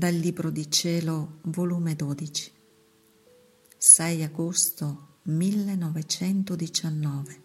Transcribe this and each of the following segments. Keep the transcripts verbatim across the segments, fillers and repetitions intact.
Dal Libro di Cielo, volume dodici, sei agosto millenovecentodiciannove.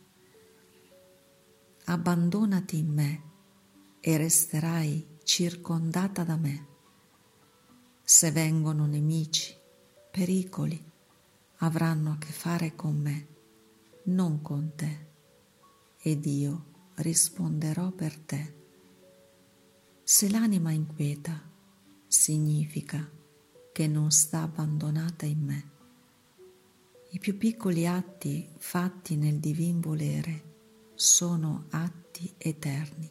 Abbandonati in me e resterai circondata da me. Se vengono nemici, pericoli, avranno a che fare con me, non con te, ed io risponderò per te. Se l'anima inquieta, significa che non sta abbandonata in me. I più piccoli atti fatti nel divin volere sono atti eterni.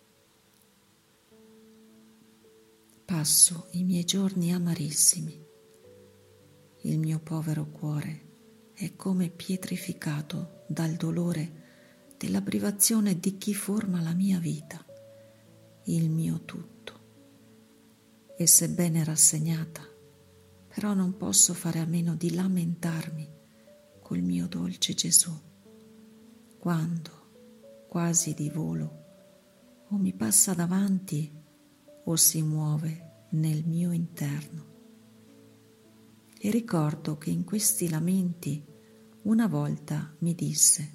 Passo i miei giorni amarissimi. Il mio povero cuore è come pietrificato dal dolore della privazione di chi forma la mia vita, il mio tutto. E sebbene rassegnata, però non posso fare a meno di lamentarmi col mio dolce Gesù, quando, quasi di volo, o mi passa davanti o si muove nel mio interno. E ricordo che in questi lamenti una volta mi disse: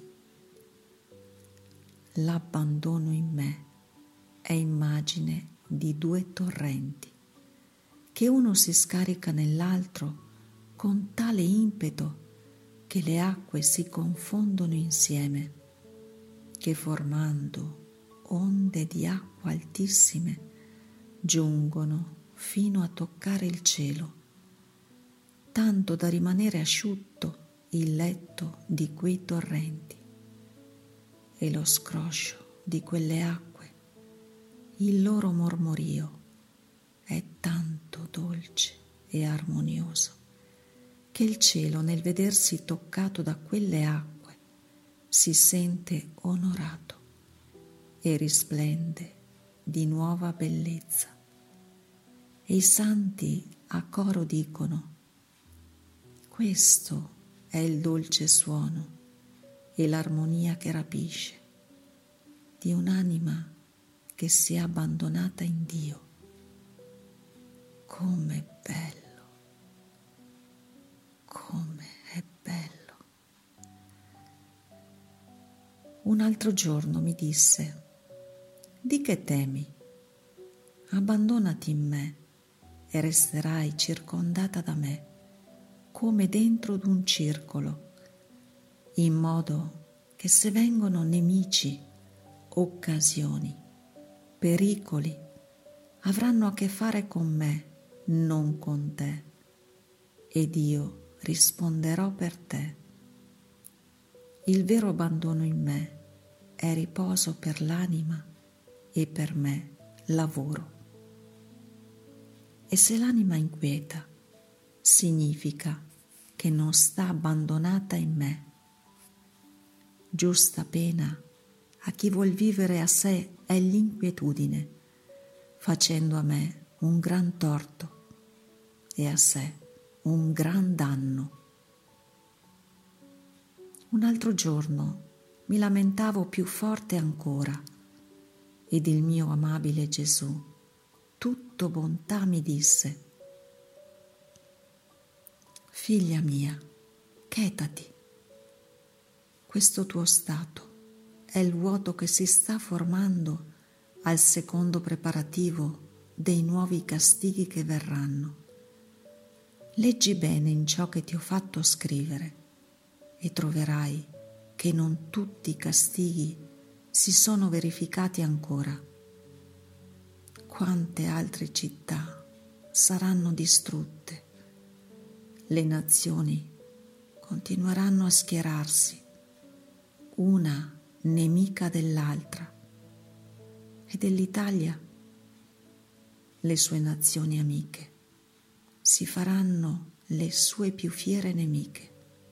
l'abbandono in me è immagine di due torrenti, che uno si scarica nell'altro con tale impeto che le acque si confondono insieme, che formando onde di acqua altissime giungono fino a toccare il cielo, tanto da rimanere asciutto il letto di quei torrenti, e lo scroscio di quelle acque, il loro mormorio, è tanto dolce e armonioso che il cielo, nel vedersi toccato da quelle acque, si sente onorato e risplende di nuova bellezza. E i santi a coro dicono: questo è il dolce suono e l'armonia che rapisce di un'anima che si è abbandonata in Dio. Come bello, come è bello. Un altro giorno mi disse: di che temi? Abbandonati in me e resterai circondata da me, come dentro d'un circolo, in modo che se vengono nemici, occasioni, pericoli, avranno a che fare con me, non con te, ed io risponderò per te. Il vero abbandono in me è riposo per l'anima e per me lavoro. E se l'anima inquieta, significa che non sta abbandonata in me. Giusta pena a chi vuol vivere a sé è l'inquietudine, facendo a me un gran torto e a sé un gran danno. Un altro giorno mi lamentavo più forte ancora, ed il mio amabile Gesù, tutto bontà, mi disse: figlia mia, chetati. Questo tuo stato è il vuoto che si sta formando al secondo preparativo dei nuovi castighi che verranno. Leggi bene in ciò che ti ho fatto scrivere e troverai che non tutti i castighi si sono verificati ancora. Quante altre città saranno distrutte, le nazioni continueranno a schierarsi, una nemica dell'altra, e dell'Italia le sue nazioni amiche si faranno le sue più fiere nemiche.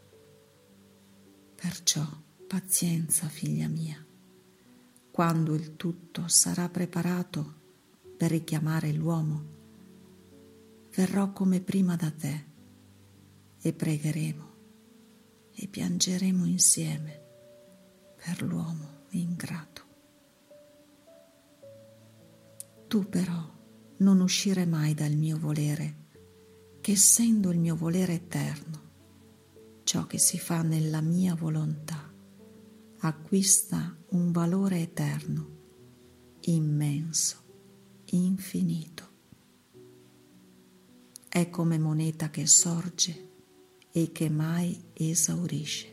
Perciò pazienza, figlia mia, quando il tutto sarà preparato per richiamare l'uomo, verrò come prima da te e pregheremo e piangeremo insieme per l'uomo ingrato. Tu però non uscire mai dal mio volere, che essendo il mio volere eterno, ciò che si fa nella mia volontà acquista un valore eterno, immenso, infinito. È come moneta che sorge e che mai esaurisce.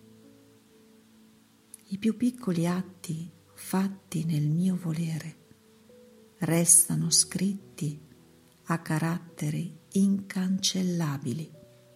I più piccoli atti fatti nel mio volere restano scritti a caratteri incancellabili.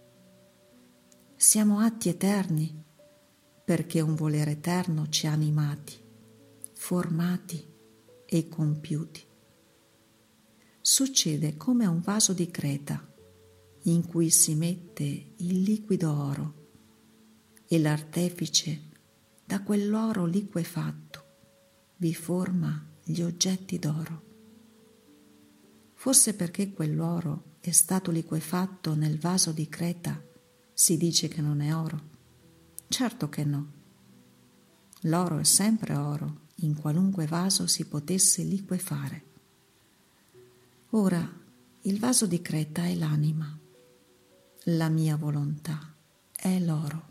Siamo atti eterni perché un volere eterno ci ha animati, formati e compiuti. Succede come a un vaso di creta in cui si mette il liquido oro e l'artefice da quell'oro liquefatto vi forma gli oggetti d'oro. Forse perché quell'oro è stato liquefatto nel vaso di creta si dice che non è oro? Certo che no. L'oro è sempre oro, in qualunque vaso si potesse liquefare. Ora, il vaso di creta è l'anima, la mia volontà è l'oro.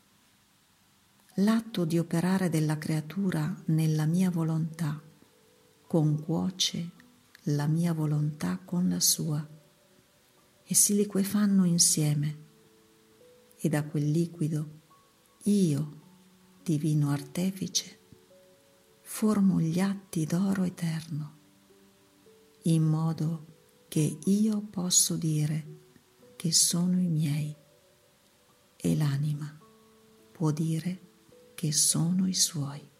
L'atto di operare della creatura nella mia volontà concuoce la mia volontà con la sua e si liquefanno insieme, e da quel liquido io, divino artefice, formo gli atti d'oro eterno, in modo che io posso dire che sono i miei e l'anima può dire che sono i suoi.